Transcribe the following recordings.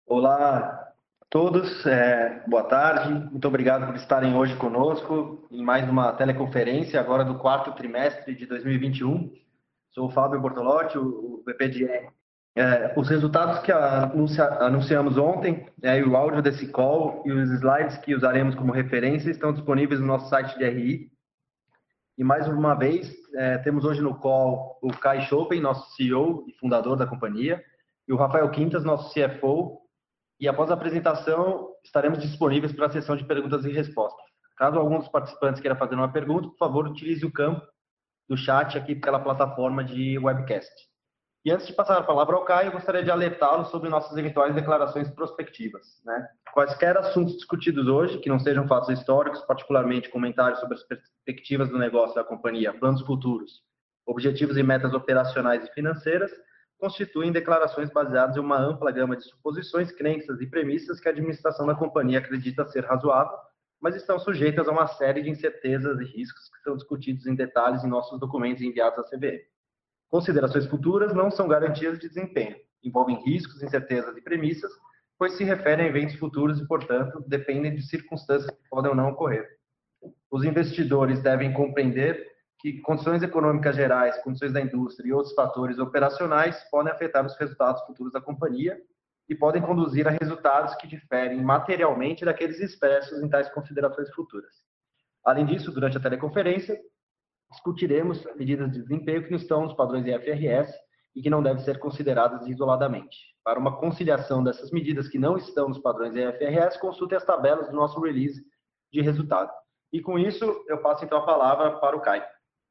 Olá a todos, boa tarde. Muito obrigado por estarem hoje conosco em mais uma teleconferência, agora do quarto trimestre de 2021. Sou o Fábio Bortolotti, o VP de R. Os resultados que anunciamos ontem, e o áudio desse call e os slides que usaremos como referência estão disponíveis no nosso site de RI. E mais uma vez, temos hoje no call o Kai Schopen, nosso CEO e fundador da companhia, e o Rafael Quintas, nosso CFO. E após a apresentação, estaremos disponíveis para a sessão de perguntas e respostas. Caso algum dos participantes queira fazer uma pergunta, por favor, utilize o campo do chat aqui pela plataforma de webcast. E antes de passar a palavra ao Caio, eu gostaria de alertá-lo sobre nossas eventuais declarações prospectivas. Quaisquer assuntos discutidos hoje, que não sejam fatos históricos, particularmente comentários sobre as perspectivas do negócio da companhia, planos futuros, objetivos e metas operacionais e financeiras, constituem declarações baseadas em uma ampla gama de suposições, crenças e premissas que a administração da companhia acredita ser razoável, mas estão sujeitas a uma série de incertezas e riscos que são discutidos em detalhes em nossos documentos enviados à CVM. Considerações futuras não são garantias de desempenho, envolvem riscos, incertezas e premissas, pois se referem a eventos futuros e, portanto, dependem de circunstâncias que podem ou não ocorrer. Os investidores devem compreender que condições econômicas gerais, condições da indústria e outros fatores operacionais podem afetar os resultados futuros da companhia e podem conduzir a resultados que diferem materialmente daqueles expressos em tais considerações futuras. Além disso, durante a teleconferência, discutiremos medidas de desempenho que não estão nos padrões IFRS e que não devem ser consideradas isoladamente. Para uma conciliação dessas medidas que não estão nos padrões IFRS, consulte as tabelas do nosso release de resultado. E com isso, eu passo então a palavra para o Caio.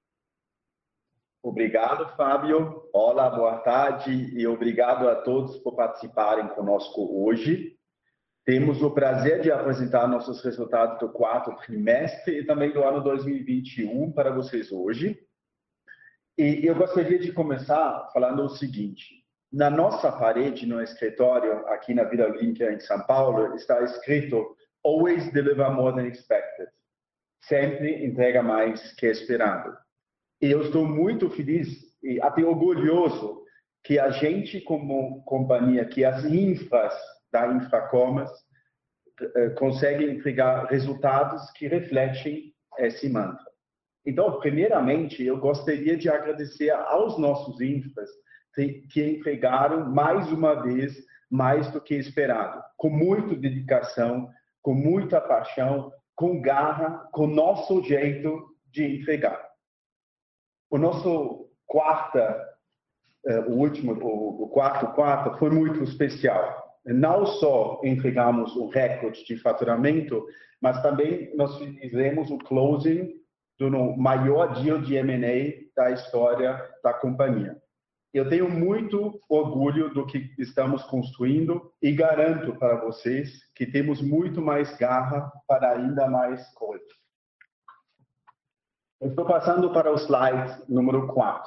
Obrigado, Fábio. Olá, boa tarde e obrigado a todos por participarem conosco hoje. Temos o prazer de apresentar nossos resultados do quarto trimestre e também do ano 2021 para vocês hoje. E eu gostaria de começar falando o seguinte: na nossa parede, no escritório, aqui na Vila Olímpia, em São Paulo, está escrito "Always deliver more than expected". Sempre entrega mais que esperado. E eu estou muito feliz e até orgulhoso que a gente, como companhia, que as infras da Infracommerce conseguem entregar resultados que refletem esse mantra. Então, primeiramente, eu gostaria de agradecer aos nossos infras que entregaram mais uma vez mais do que esperado, com muita dedicação, com muita paixão, com garra, com nosso jeito de entregar. O nosso quarto quarto foi muito especial. Não só entregamos o recorde de faturamento, mas também nós fizemos o closing do maior deal de M&A da história da companhia. Eu tenho muito orgulho do que estamos construindo e garanto para vocês que temos muito mais garra para ainda mais coisas. Eu estou passando para o slide número 4.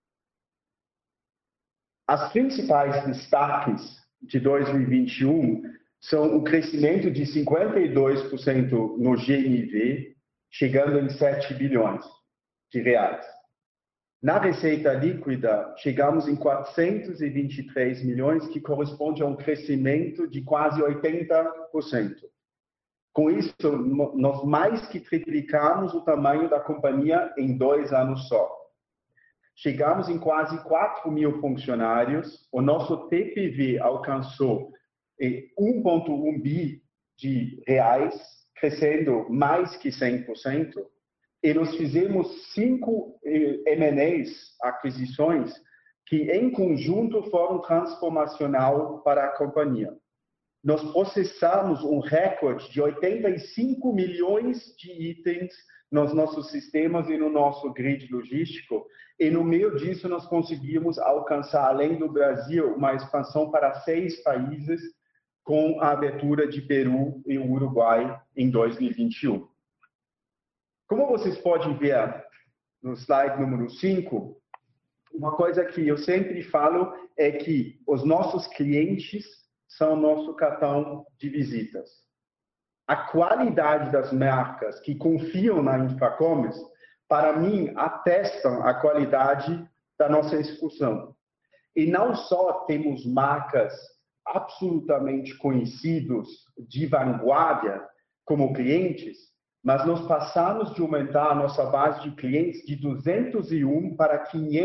As principais destaques de 2021 são o crescimento de 52% no GMV, chegando em 7 bilhões de reais. Na receita líquida, chegamos em 423 milhões, que corresponde a um crescimento de quase 80%. Com isso, nós mais que triplicamos o tamanho da companhia em 2 anos só. Chegamos em quase 4 mil funcionários, o nosso TPV alcançou 1,1 bi de reais, crescendo mais que 100%, e nós fizemos 5 M&As, aquisições, que em conjunto foram transformacional para a companhia. Nós processamos um recorde de 85 milhões de itens nos nossos sistemas e no nosso grid logístico, e no meio disso nós conseguimos alcançar, além do Brasil, uma expansão para 6 países, com a abertura de Peru e Uruguai em 2021. Como vocês podem ver no slide número 5, uma coisa que eu sempre falo é que os nossos clientes são nosso cartão de visitas. A qualidade das marcas que confiam na Infracommerce, para mim, atestam a qualidade da nossa execução. E não só temos marcas absolutamente conhecidos de vanguarda como clientes, mas nós passamos de aumentar a nossa base de clientes de 201 para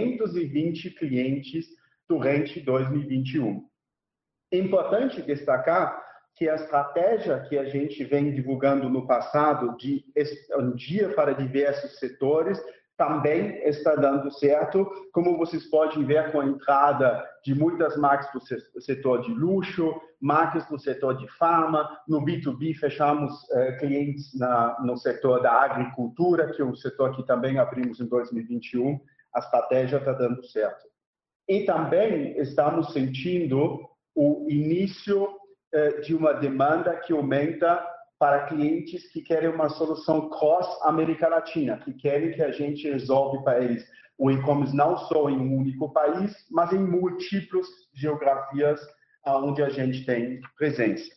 520 clientes durante 2021. É importante destacar que a estratégia que a gente vem divulgando no passado de um dia para diversos setores também está dando certo, como vocês podem ver com a entrada de muitas marcas do setor de luxo, marcas do setor de farma, no B2B fechamos clientes no setor da agricultura, que é um setor que também abrimos em 2021, a estratégia está dando certo. E também estamos sentindo o início de uma demanda que aumenta para clientes que querem uma solução cross-América Latina, que querem que a gente resolva para eles o e-commerce não só em um único país, mas em múltiplas geografias onde a gente tem presença.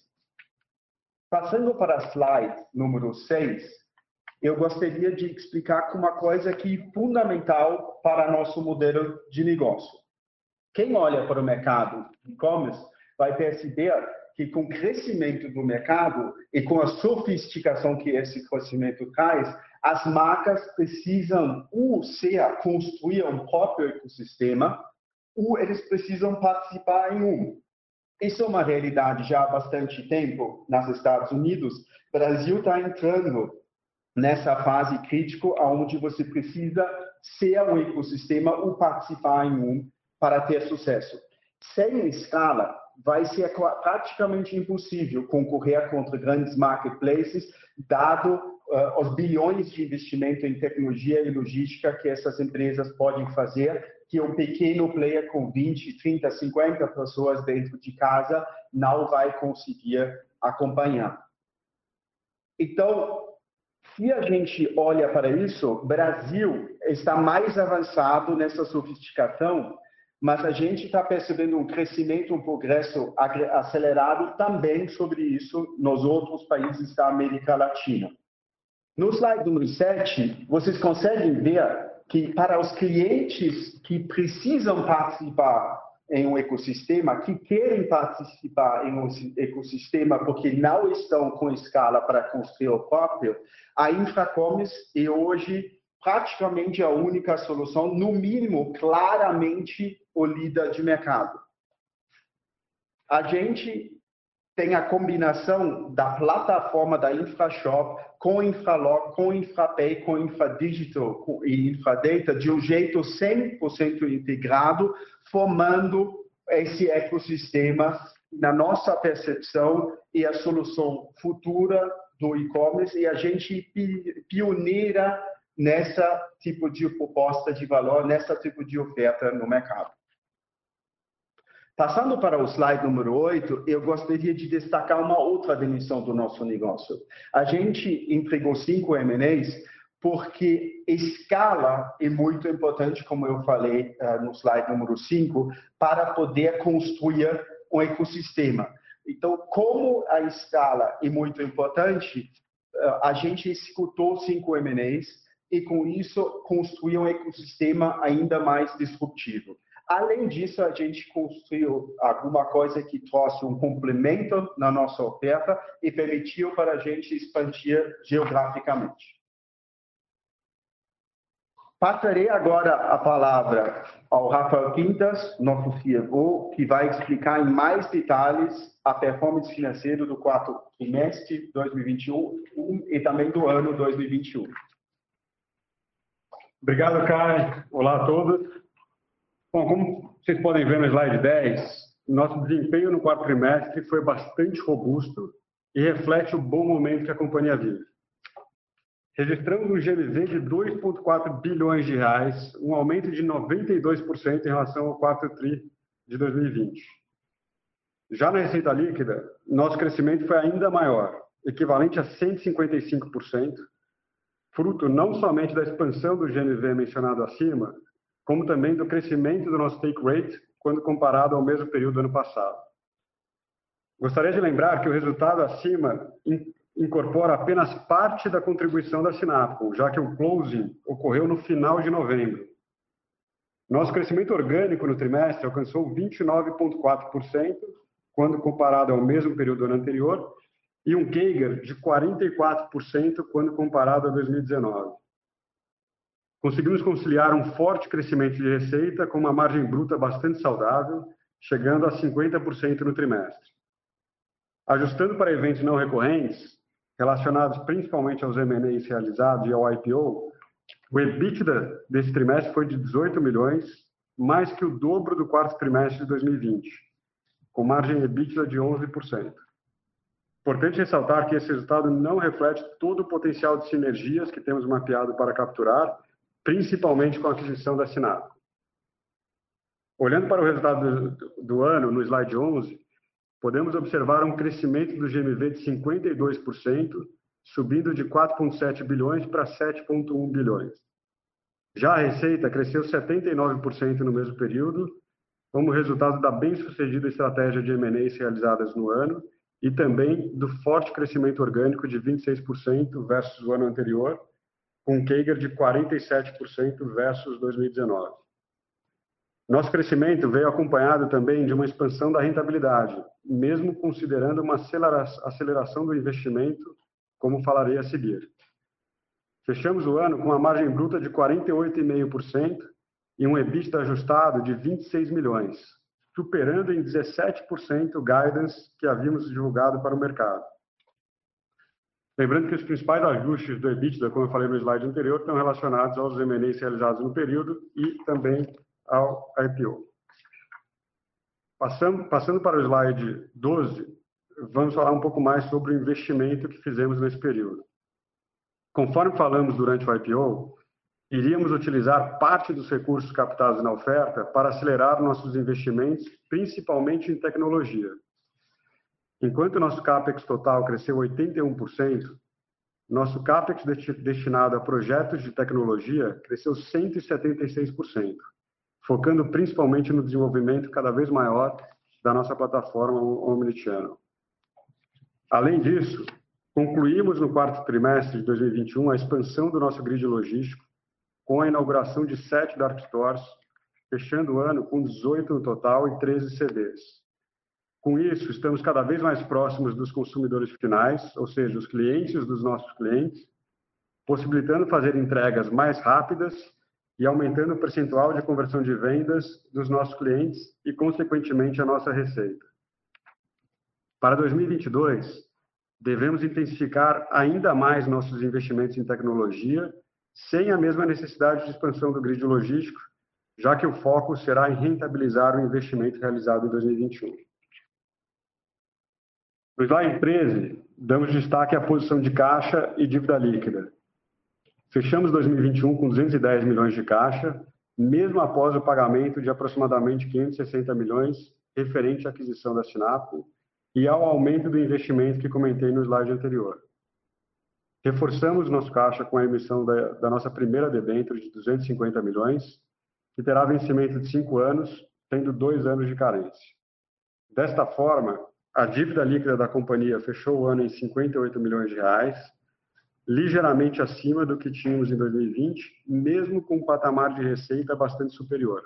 Passando para a slide número 6, eu gostaria de explicar uma coisa que é fundamental para nosso modelo de negócio. Quem olha para o mercado e-commerce vai perceber que com o crescimento do mercado e com a sofisticação que esse crescimento traz, as marcas precisam construir um próprio ecossistema, ou eles precisam participar em um. Isso é uma realidade já há bastante tempo nos Estados Unidos. O Brasil está entrando nessa fase crítica onde você precisa ser um ecossistema ou participar em um para ter sucesso. Sem escala, vai ser praticamente impossível concorrer contra grandes marketplaces, dado os bilhões de investimento em tecnologia e logística que essas empresas podem fazer, que um pequeno player com 20, 30, 50 pessoas dentro de casa não vai conseguir acompanhar. Então, se a gente olha para isso, o Brasil está mais avançado nessa sofisticação, mas a gente está percebendo um crescimento, um progresso acelerado também sobre isso nos outros países da América Latina. No slide número 7, vocês conseguem ver que para os clientes que precisam participar em um ecossistema, que querem participar em um ecossistema porque não estão com escala para construir o próprio, a Infracommerce é hoje praticamente a única solução, no mínimo, claramente o líder de mercado. A gente tem a combinação da plataforma da InfraShop com Infralog, com Infrapay, com Infradigital e Infradata de um jeito 100% integrado, formando esse ecossistema, na nossa percepção, e a solução futura do e-commerce, e a gente pioneira nessa tipo de proposta de valor, nessa tipo de oferta no mercado. Passando para o slide número 8, eu gostaria de destacar uma outra dimensão do nosso negócio. A gente entregou 5 M&As porque escala é muito importante, como eu falei no slide número 5, para poder construir um ecossistema. Então, como a escala é muito importante, a gente executou 5 M&As e, com isso, construiu um ecossistema ainda mais disruptivo. Além disso, a gente construiu alguma coisa que trouxe um complemento na nossa oferta e permitiu para a gente expandir geograficamente. Passarei agora a palavra ao Rafael Quintas, nosso CFO, que vai explicar em mais detalhes a performance financeira do quarto trimestre de 2021 e também do ano 2021. Obrigado, Kai. Olá a todos. Bom, como vocês podem ver no slide 10, nosso desempenho no quarto trimestre foi bastante robusto e reflete o bom momento que a companhia vive. Registramos um GMV de 2,4 bilhões de reais, um aumento de 92% em relação ao quarto tri de 2020. Já na receita líquida, nosso crescimento foi ainda maior, equivalente a 155%, fruto não somente da expansão do GMV mencionado acima, como também do crescimento do nosso take rate quando comparado ao mesmo período do ano passado. Gostaria de lembrar que o resultado acima incorpora apenas parte da contribuição da Sinapcom, já que o closing ocorreu no final de novembro. Nosso crescimento orgânico no trimestre alcançou 29,4%, quando comparado ao mesmo período do ano anterior, e um CAGR de 44% quando comparado a 2019. Conseguimos conciliar um forte crescimento de receita com uma margem bruta bastante saudável, chegando a 50% no trimestre. Ajustando para eventos não recorrentes, relacionados principalmente aos M&As realizados e ao IPO, o EBITDA desse trimestre foi de 18 milhões, mais que o dobro do quarto trimestre de 2020, com margem EBITDA de 11%. Importante ressaltar que esse resultado não reflete todo o potencial de sinergias que temos mapeado para capturar, principalmente com a aquisição da Sinaco. Olhando para o resultado do ano, no slide 11, podemos observar um crescimento do GMV de 52%, subindo de 4,7 bilhões para 7,1 bilhões. Já a receita cresceu 79% no mesmo período, como resultado da bem-sucedida estratégia de M&As realizadas no ano e também do forte crescimento orgânico de 26% versus o ano anterior, com um CAGR de 47% versus 2019. Nosso crescimento veio acompanhado também de uma expansão da rentabilidade, mesmo considerando uma aceleração do investimento, como falarei a seguir. Fechamos o ano com uma margem bruta de 48,5% e um EBITDA ajustado de 26 milhões, superando em 17% o guidance que havíamos divulgado para o mercado. Lembrando que os principais ajustes do EBITDA, como eu falei no slide anterior, estão relacionados aos M&As realizados no período e também ao IPO. Passando para o slide 12, vamos falar um pouco mais sobre o investimento que fizemos nesse período. Conforme falamos durante o IPO, iríamos utilizar parte dos recursos captados na oferta para acelerar nossos investimentos, principalmente em tecnologia. Enquanto nosso CAPEX total cresceu 81%, nosso CAPEX destinado a projetos de tecnologia cresceu 176%, focando principalmente no desenvolvimento cada vez maior da nossa plataforma Omnichannel. Além disso, concluímos no quarto trimestre de 2021 a expansão do nosso grid logístico, com a inauguração de 7 Dark Stores, fechando o ano com 18 no total e 13 CDs. Com isso, estamos cada vez mais próximos dos consumidores finais, ou seja, os clientes dos nossos clientes, possibilitando fazer entregas mais rápidas e aumentando o percentual de conversão de vendas dos nossos clientes e, consequentemente, a nossa receita. Para 2022, devemos intensificar ainda mais nossos investimentos em tecnologia, sem a mesma necessidade de expansão do grid logístico, já que o foco será em rentabilizar o investimento realizado em 2021. No slide 13, damos destaque à posição de caixa e dívida líquida. Fechamos 2021 com 210 milhões de caixa, mesmo após o pagamento de aproximadamente 560 milhões referente à aquisição da Sinaco e ao aumento do investimento que comentei no slide anterior. Reforçamos nosso caixa com a emissão da nossa primeira debênture de 250 milhões, que terá vencimento de 5 anos, tendo 2 anos de carência. Desta forma, a dívida líquida da companhia fechou o ano em 58 milhões de reais, ligeiramente acima do que tínhamos em 2020, mesmo com um patamar de receita bastante superior.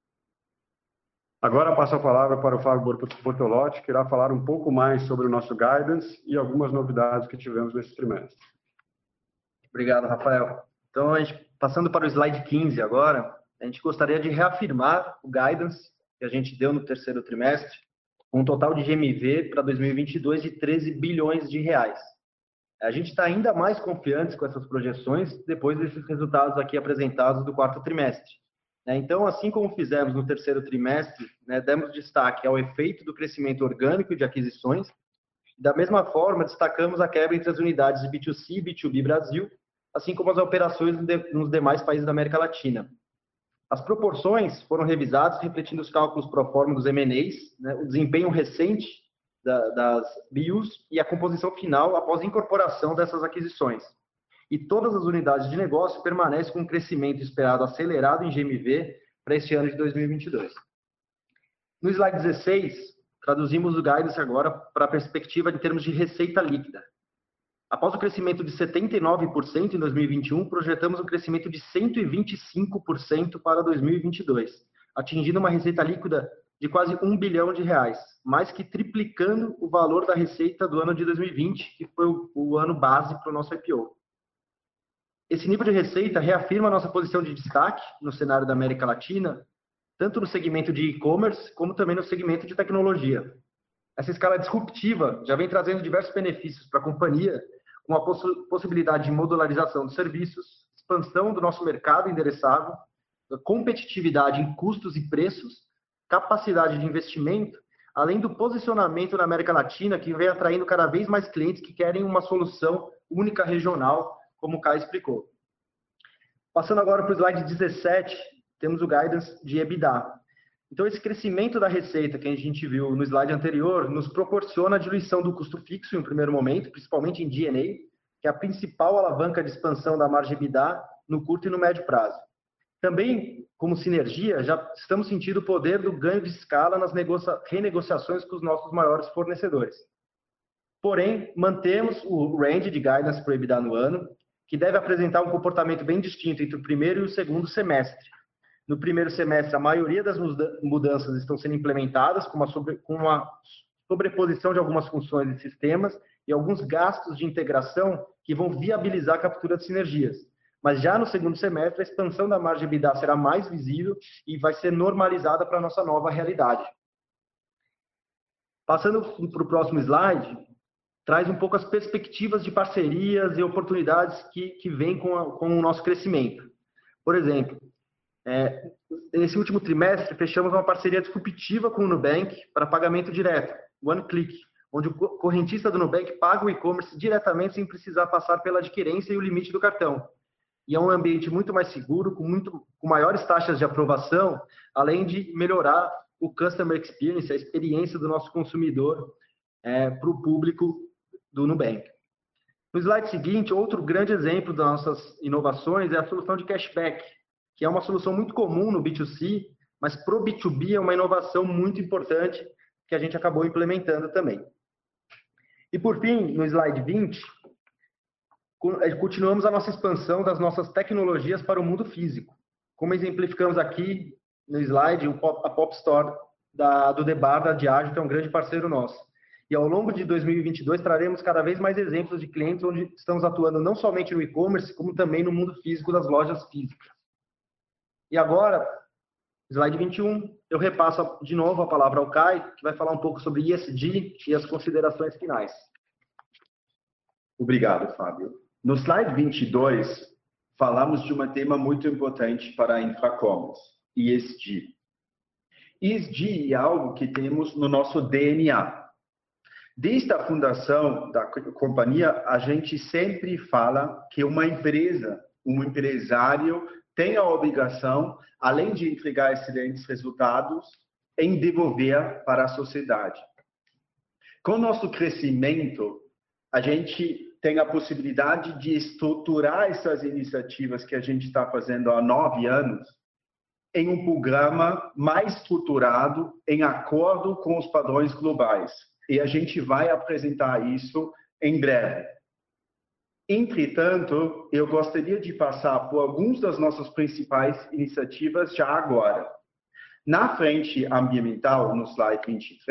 Agora passo a palavra para o Fábio Bortolotti, que irá falar um pouco mais sobre o nosso guidance e algumas novidades que tivemos nesse trimestre. Obrigado, Rafael. Então, passando para o slide 15 agora, a gente gostaria de reafirmar o guidance que a gente deu no terceiro trimestre, com um total de GMV para 2022 de 13 bilhões de reais. A gente está ainda mais confiante com essas projeções depois desses resultados aqui apresentados do quarto trimestre. Então, assim como fizemos no terceiro trimestre, demos destaque ao efeito do crescimento orgânico de aquisições. Da mesma forma, destacamos a quebra entre as unidades de B2C e B2B Brasil, assim como as operações nos demais países da América Latina. As proporções foram revisadas, refletindo os cálculos pro forma dos M&As, o desempenho recente das BUs e a composição final após a incorporação dessas aquisições. E todas as unidades de negócio permanecem com um crescimento esperado acelerado em GMV para este ano de 2022. No slide 16, traduzimos o guidance agora para a perspectiva em termos de receita líquida. Após o crescimento de 79% em 2021, projetamos um crescimento de 125% para 2022, atingindo uma receita líquida de quase R$ 1 bilhão, mais que triplicando o valor da receita do ano de 2020, que foi o ano base para o nosso IPO. Esse nível de receita reafirma a nossa posição de destaque no cenário da América Latina, tanto no segmento de e-commerce, como também no segmento de tecnologia. Essa escala disruptiva já vem trazendo diversos benefícios para a companhia, com a possibilidade de modularização dos serviços, expansão do nosso mercado endereçável, competitividade em custos e preços, capacidade de investimento, além do posicionamento na América Latina, que vem atraindo cada vez mais clientes que querem uma solução única regional, como o Caio explicou. Passando agora para o slide 17, temos o guidance de EBITDA. Então, esse crescimento da receita que a gente viu no slide anterior nos proporciona a diluição do custo fixo em um primeiro momento, principalmente em G&A, que é a principal alavanca de expansão da margem EBITDA no curto e no médio prazo. Também, como sinergia, já estamos sentindo o poder do ganho de escala nas renegociações com os nossos maiores fornecedores. Porém, mantemos o range de guidance para o EBITDA no ano, que deve apresentar um comportamento bem distinto entre o primeiro e o segundo semestre. No primeiro semestre, a maioria das mudanças estão sendo implementadas com uma sobreposição de algumas funções e sistemas e alguns gastos de integração que vão viabilizar a captura de sinergias. Mas já no segundo semestre, a expansão da margem EBITDA será mais visível e vai ser normalizada para a nossa nova realidade. Passando para o próximo slide, traz um pouco as perspectivas de parcerias e oportunidades que vêm com o nosso crescimento. Por exemplo, nesse último trimestre, fechamos uma parceria disruptiva com o Nubank para pagamento direto, One Click, onde o correntista do Nubank paga o e-commerce diretamente sem precisar passar pela adquirência e o limite do cartão. E é um ambiente muito mais seguro, com maiores taxas de aprovação, além de melhorar o customer experience, a experiência do nosso consumidor para o público do Nubank. No slide seguinte, outro grande exemplo das nossas inovações é a solução de cashback, que é uma solução muito comum no B2C, mas para o B2B é uma inovação muito importante que a gente acabou implementando também. E por fim, no slide 20, continuamos a nossa expansão das nossas tecnologias para o mundo físico. Como exemplificamos aqui no slide, a Pop Store do Debar, da Diageo, que é um grande parceiro nosso. E ao longo de 2022, traremos cada vez mais exemplos de clientes onde estamos atuando não somente no e-commerce, como também no mundo físico das lojas físicas. E agora, slide 21, eu repasso de novo a palavra ao Kai, que vai falar um pouco sobre ESG e as considerações finais. Obrigado, Fábio. No slide 22, falamos de um tema muito importante para a Infracommerce, ESG. ESG é algo que temos no nosso DNA. Desde a fundação da companhia, a gente sempre fala que uma empresa, um empresário, tem a obrigação, além de entregar excelentes resultados, em devolver para a sociedade. Com o nosso crescimento, a gente tem a possibilidade de estruturar essas iniciativas que a gente está fazendo há 9 anos em um programa mais estruturado, em acordo com os padrões globais. E a gente vai apresentar isso em breve. Entretanto, eu gostaria de passar por algumas das nossas principais iniciativas já agora. Na frente ambiental, no slide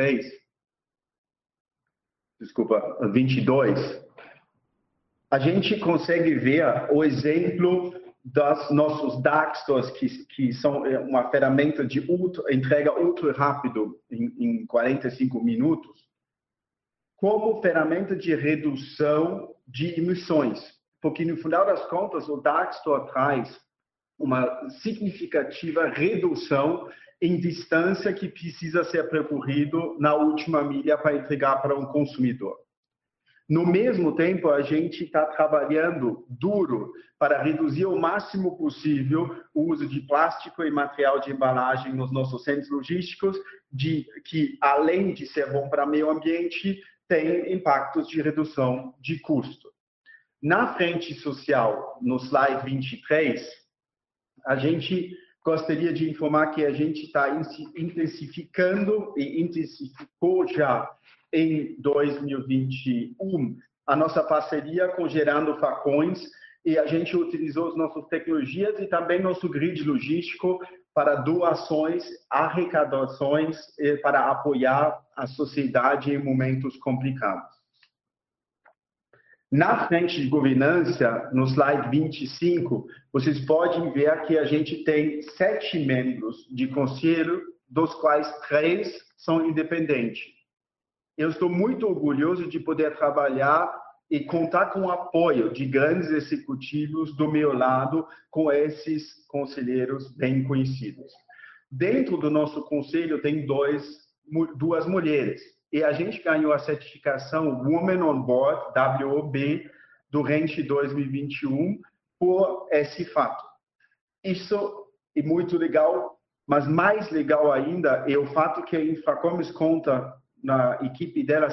22, a gente consegue ver o exemplo dos nossos dark stores, que são uma ferramenta de entrega ultra rápido em 45 minutos, como ferramenta de redução de emissões. Porque, no final das contas, o dark store traz uma significativa redução em distância que precisa ser percorrido na última milha para entregar para um consumidor. No mesmo tempo, a gente está trabalhando duro para reduzir o máximo possível o uso de plástico e material de embalagem nos nossos centros logísticos, que, além de ser bom para o meio ambiente, tem impactos de redução de custo. Na frente social, no slide 23, a gente gostaria de informar que a gente está intensificando e intensificou já em 2021 a nossa parceria com Gerando Facões, e a gente utilizou as nossas tecnologias e também nosso grid logístico para doações, arrecadações, para apoiar a sociedade em momentos complicados. Na frente de governança, no slide 25, vocês podem ver que a gente tem 7 membros de conselho, dos quais 3 são independentes. Eu estou muito orgulhoso de poder trabalhar e contar com o apoio de grandes executivos do meu lado, com esses conselheiros bem conhecidos. Dentro do nosso conselho tem duas mulheres, e a gente ganhou a certificação Women on Board, WOB, durante 2021, por esse fato. Isso é muito legal, mas mais legal ainda é o fato que a Infracoms conta na equipe dela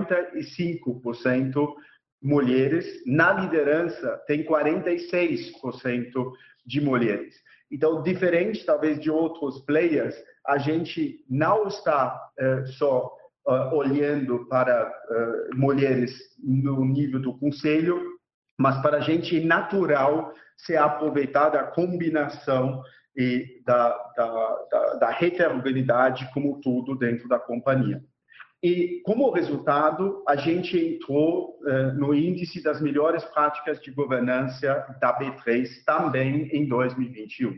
55% mulheres, na liderança tem 46% de mulheres. Então, diferente talvez de outros players, a gente não está só olhando para mulheres no nível do conselho, mas para a gente é natural ser aproveitada a combinação da heterogeneidade como tudo dentro da companhia. E, como resultado, a gente entrou no índice das melhores práticas de governança da B3 também em 2021.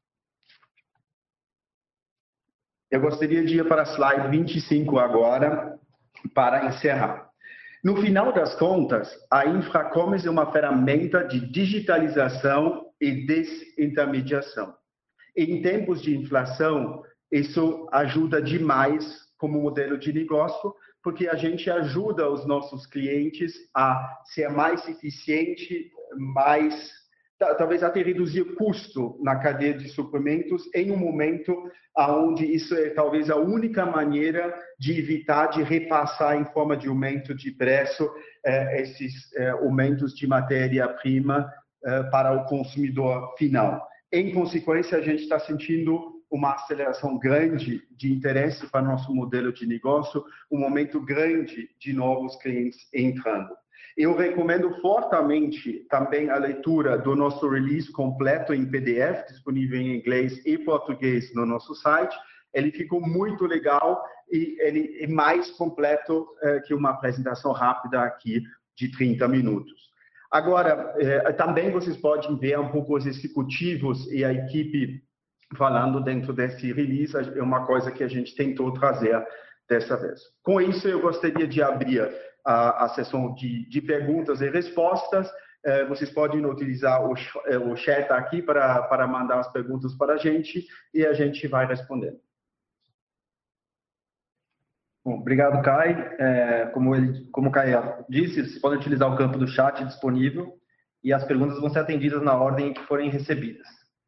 Eu gostaria de ir para a slide 25 agora, para encerrar. No final das contas, a Infracoms é uma ferramenta de digitalização e desintermediação. Em tempos de inflação, isso ajuda demais como modelo de negócio, porque a gente ajuda os nossos clientes a ser mais eficiente, talvez até reduzir o custo na cadeia de suprimentos em um momento onde isso é talvez a única maneira de evitar de repassar em forma de aumento de preço esses aumentos de matéria-prima para o consumidor final. Em consequência, a gente está sentindo uma aceleração grande de interesse para nosso modelo de negócio, um momento grande de novos clientes entrando. Eu recomendo fortemente também a leitura do nosso release completo em PDF, disponível em inglês e português no nosso site. Ele ficou muito legal e ele é mais completo que uma apresentação rápida aqui de 30 minutos. Agora, também vocês podem ver um pouco os executivos e a equipe falando dentro desse release, é uma coisa que a gente tentou trazer dessa vez. Com isso, eu gostaria de abrir a sessão de perguntas e respostas. Vocês podem utilizar o chat aqui para mandar as perguntas para a gente e a gente vai respondendo. Bom, obrigado, Kai. Como o Kai disse, vocês podem utilizar o campo do chat disponível e as perguntas vão ser atendidas na ordem em que forem recebidas.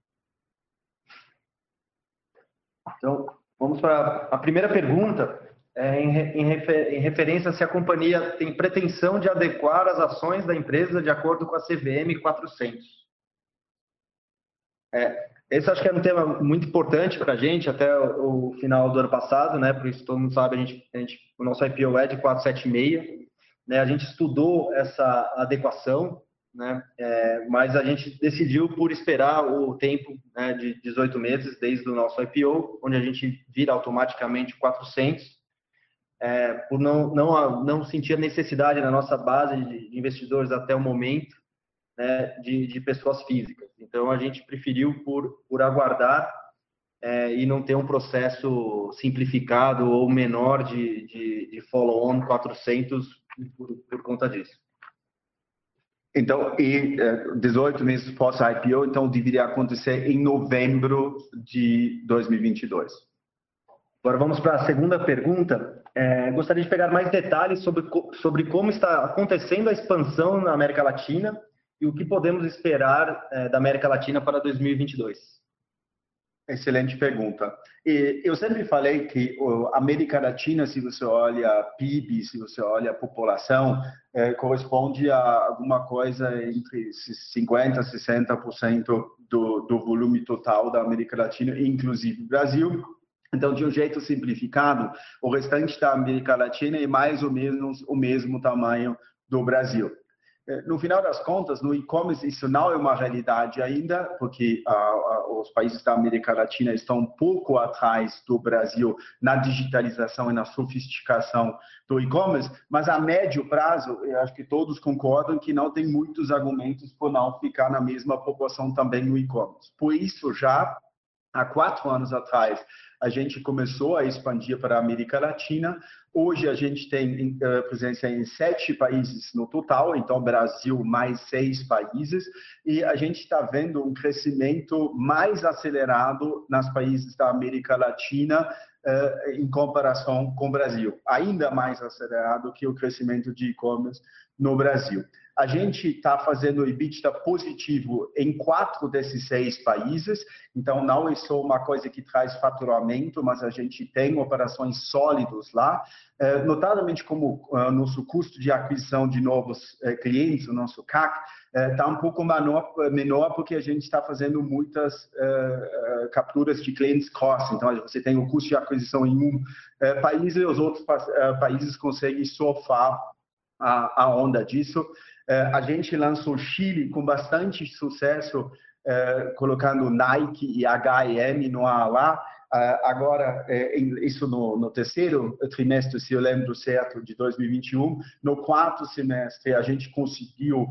Então, vamos para a primeira pergunta, em referência a se a companhia tem pretensão de adequar as ações da empresa de acordo com a CVM 400. Esse acho que é um tema muito importante para a gente, até o final do ano passado, né? Por isso todo mundo sabe, o nosso IPO é de 476, né? A gente estudou essa adequação, né? Mas a gente decidiu por esperar o tempo, né, de 18 meses desde o nosso IPO, onde a gente vira automaticamente 400, por não sentir a necessidade na nossa base de investidores até o momento, né, de pessoas físicas. Então a gente preferiu por aguardar e não ter um processo simplificado ou menor de follow-on 400 por conta disso. Então, 18 meses pós-IPO, então deveria acontecer em novembro de 2022. Agora vamos para a segunda pergunta. Gostaria de pegar mais detalhes sobre como está acontecendo a expansão na América Latina e o que podemos esperar da América Latina para 2022. Excelente pergunta. Eu sempre falei que a América Latina, se você olha PIB, se você olha a população, corresponde a alguma coisa entre 50% e 60% do volume total da América Latina, inclusive o Brasil. Então, de um jeito simplificado, o restante da América Latina é mais ou menos o mesmo tamanho do Brasil. No final das contas, no e-commerce isso não é uma realidade ainda, porque os países da América Latina estão um pouco atrás do Brasil na digitalização e na sofisticação do e-commerce, mas a médio prazo, eu acho que todos concordam que não tem muitos argumentos por não ficar na mesma proporção também no e-commerce. Por isso, já há 4 anos atrás, a gente começou a expandir para a América Latina. Hoje, a gente tem presença em 7 países no total, então, Brasil mais 6 países, e a gente está vendo um crescimento mais acelerado nos países da América Latina em comparação com o Brasil. Ainda mais acelerado que o crescimento de e-commerce no Brasil. A gente está fazendo EBITDA positivo em 4 desses 6 países, então não é só uma coisa que traz faturamento, mas a gente tem operações sólidas lá, notadamente como nosso custo de aquisição de novos clientes, o nosso CAC, está um pouco menor porque a gente está fazendo muitas capturas de clientes cross, então você tem o custo de aquisição em um país e os outros países conseguem surfar a onda disso. A gente lançou o Chile com bastante sucesso, colocando Nike e H&M no ar lá. Agora, isso no terceiro trimestre, se eu lembro certo, de 2021. No 4º semestre, a gente conseguiu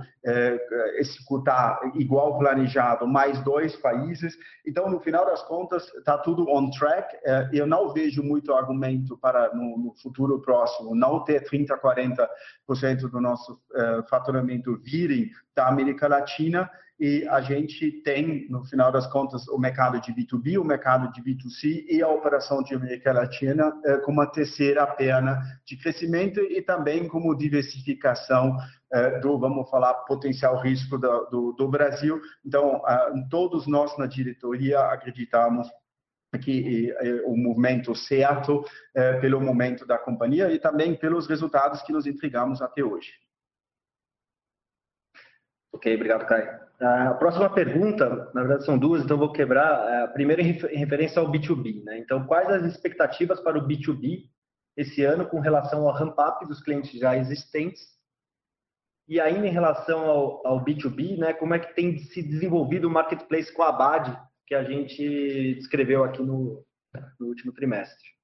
executar igual planejado mais 2 países. Então, no final das contas, está tudo on track. Eu não vejo muito argumento para, no futuro próximo, não ter 30%, 40% do nosso faturamento virem da América Latina. E a gente tem, no final das contas, o mercado de B2B, o mercado de B2C e a operação de América Latina como uma terceira perna de crescimento e também como diversificação do, vamos falar, potencial risco do Brasil. Então, todos nós na diretoria acreditamos que o movimento certo pelo momento da companhia e também pelos resultados que nos entregamos até hoje. Ok, obrigado, Caio. A próxima pergunta, na verdade são 2, então vou quebrar. A primeira em referência ao B2B, né? Então, quais as expectativas para o B2B esse ano com relação ao ramp-up dos clientes já existentes? E ainda em relação ao B2B, né? Como é que tem se desenvolvido o marketplace com a Abad, que a gente descreveu aqui no último trimestre?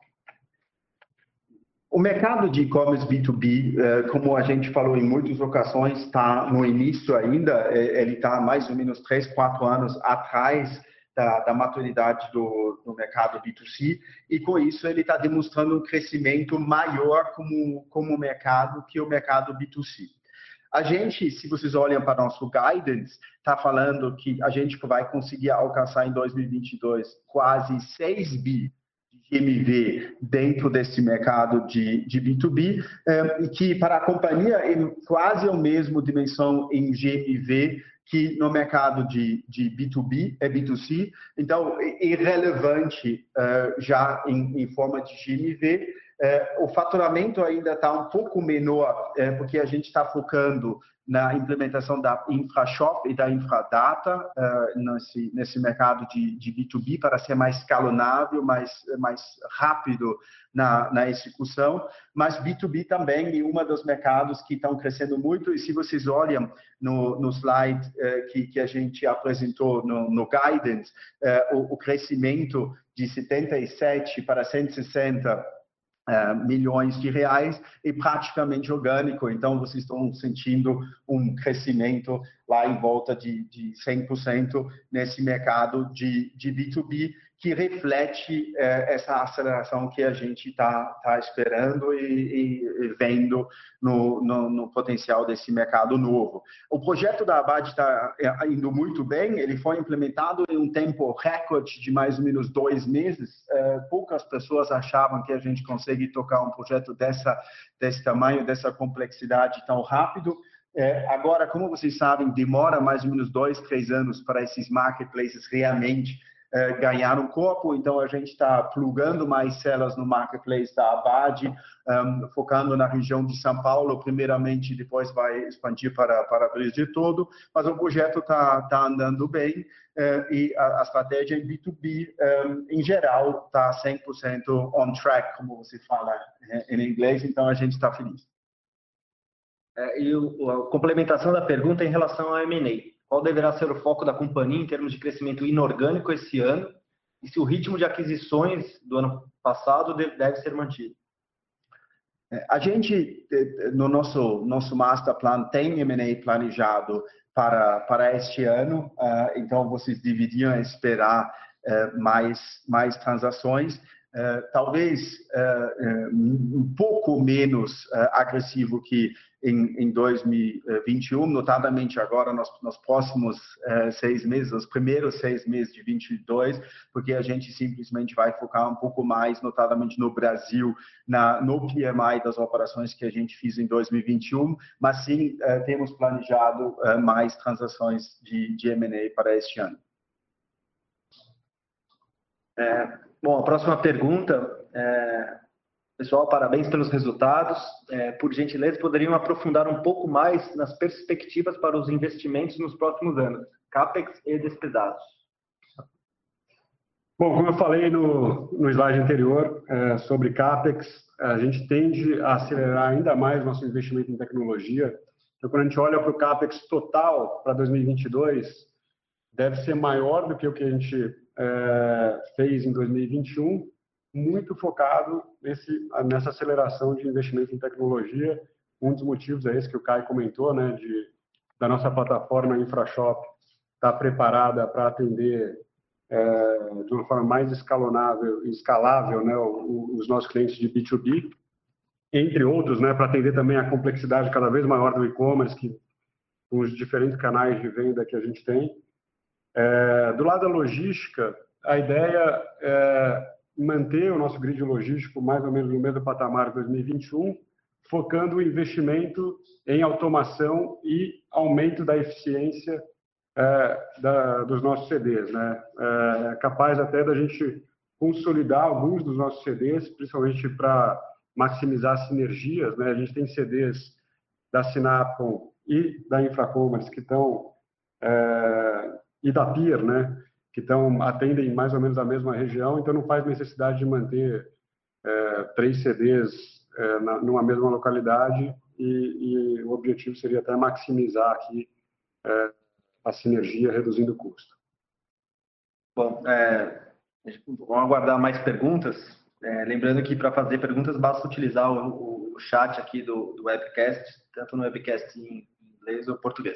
O mercado de e-commerce B2B, como a gente falou em muitas ocasiões, está no início ainda. Ele está mais ou menos 3, 4 anos atrás da maturidade do mercado B2C, e com isso ele está demonstrando um crescimento maior como mercado que o mercado B2C. A gente, se vocês olham para nosso guidance, está falando que a gente vai conseguir alcançar em 2022 quase 6 bi GMV dentro desse mercado de B2B, que para a companhia é quase a mesma dimensão em GMV que no mercado de B2B, B2C. Então, é relevante já em forma de GMV. O faturamento ainda está um pouco menor, porque a gente está focando na implementação da InfraShop e da InfraData nesse mercado de B2B para ser mais escalonável, mais rápido na execução. Mas B2B também é um dos mercados que estão crescendo muito, e se vocês olham no slide que a gente apresentou no guidance, o crescimento de 77 para 160 milhões de reais e praticamente orgânico. Então, vocês estão sentindo um crescimento lá em volta de 100% nesse mercado de B2B, que reflete essa aceleração que a gente está esperando e vendo no potencial desse mercado novo. O projeto da Abad está indo muito bem. Ele foi implementado em um tempo recorde de mais ou menos 2 meses. Poucas pessoas achavam que a gente consegue tocar um projeto desse tamanho, dessa complexidade tão rápido. Agora, como vocês sabem, demora mais ou menos 2, 3 anos para esses marketplaces realmente ganhar um corpo. Então, a gente está plugando mais celas no marketplace da Abad, focando na região de São Paulo, primeiramente, depois vai expandir para o Brasil todo. Mas o projeto está andando bem e a estratégia em B2B, em geral, está 100% on track, como você fala em inglês. Então, a gente está feliz. A complementação da pergunta em relação ao M&A. Qual deverá ser o foco da companhia em termos de crescimento inorgânico esse ano? E se o ritmo de aquisições do ano passado deve ser mantido? A gente, no nosso master plan, tem M&A planejado para este ano, então vocês deveriam esperar mais transações, talvez um pouco menos agressivo que em 2021, notadamente agora nos próximos 6 meses, os primeiros 6 meses de 22, porque a gente simplesmente vai focar um pouco mais, notadamente no Brasil, no PMI das operações que a gente fez em 2021, mas sim temos planejado mais transações de M&A para este ano. Bom, a próxima pergunta, pessoal, parabéns pelos resultados. Por gentileza, poderiam aprofundar um pouco mais nas perspectivas para os investimentos nos próximos anos, CAPEX e despesados? Bom, como eu falei no slide anterior sobre CAPEX, a gente tende a acelerar ainda mais nosso investimento em tecnologia. Então, quando a gente olha para o CAPEX total para 2022, deve ser maior do que o que a gente fez em 2021, muito focado nessa aceleração de investimento em tecnologia. Um dos motivos é esse que o Caio comentou, né, da nossa plataforma InfraShop estar preparada para atender de uma forma mais escalável, né, os nossos clientes de B2B, entre outros, né, para atender também a complexidade cada vez maior do e-commerce, com os diferentes canais de venda que a gente tem. Do lado da logística, a ideia é manter o nosso grid logístico mais ou menos no mesmo patamar de 2021, focando o investimento em automação e aumento da eficiência dos nossos CDs, né? É capaz até da gente consolidar alguns dos nossos CDs, principalmente para maximizar sinergias, né? A gente tem CDs da Sinapcom e da Infracommerce que estão e da Peer, né? Que atendem mais ou menos a mesma região, então não faz necessidade de manter 3 CDs numa mesma localidade e o objetivo seria até maximizar aqui a sinergia, reduzindo o custo. Bom, vamos aguardar mais perguntas. Lembrando que para fazer perguntas basta utilizar o chat aqui do webcast, tanto no webcast em inglês ou português.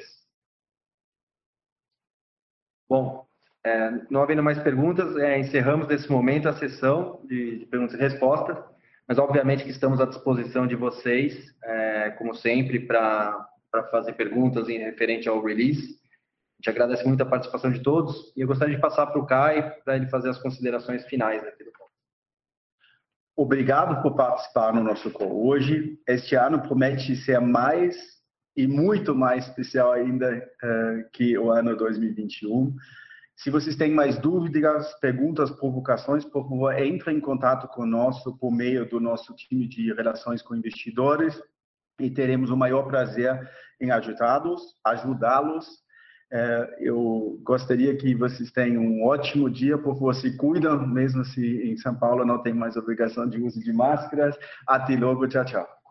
Bom, não havendo mais perguntas, encerramos nesse momento a sessão de perguntas e respostas, mas obviamente que estamos à disposição de vocês, como sempre, para fazer perguntas em referente ao release. A gente agradece muito a participação de todos e eu gostaria de passar para o Caio para ele fazer as considerações finais aqui do ponto. Obrigado por participar no nosso call hoje. Este ano promete ser mais e muito mais especial ainda que o ano 2021. Se vocês têm mais dúvidas, perguntas, provocações, por favor, entrem em contato conosco por meio do nosso time de relações com investidores e teremos o maior prazer em ajudá-los. Eu gostaria que vocês tenham um ótimo dia, por favor, se cuidam, mesmo se em São Paulo não tem mais obrigação de uso de máscaras. Até logo, tchau, tchau.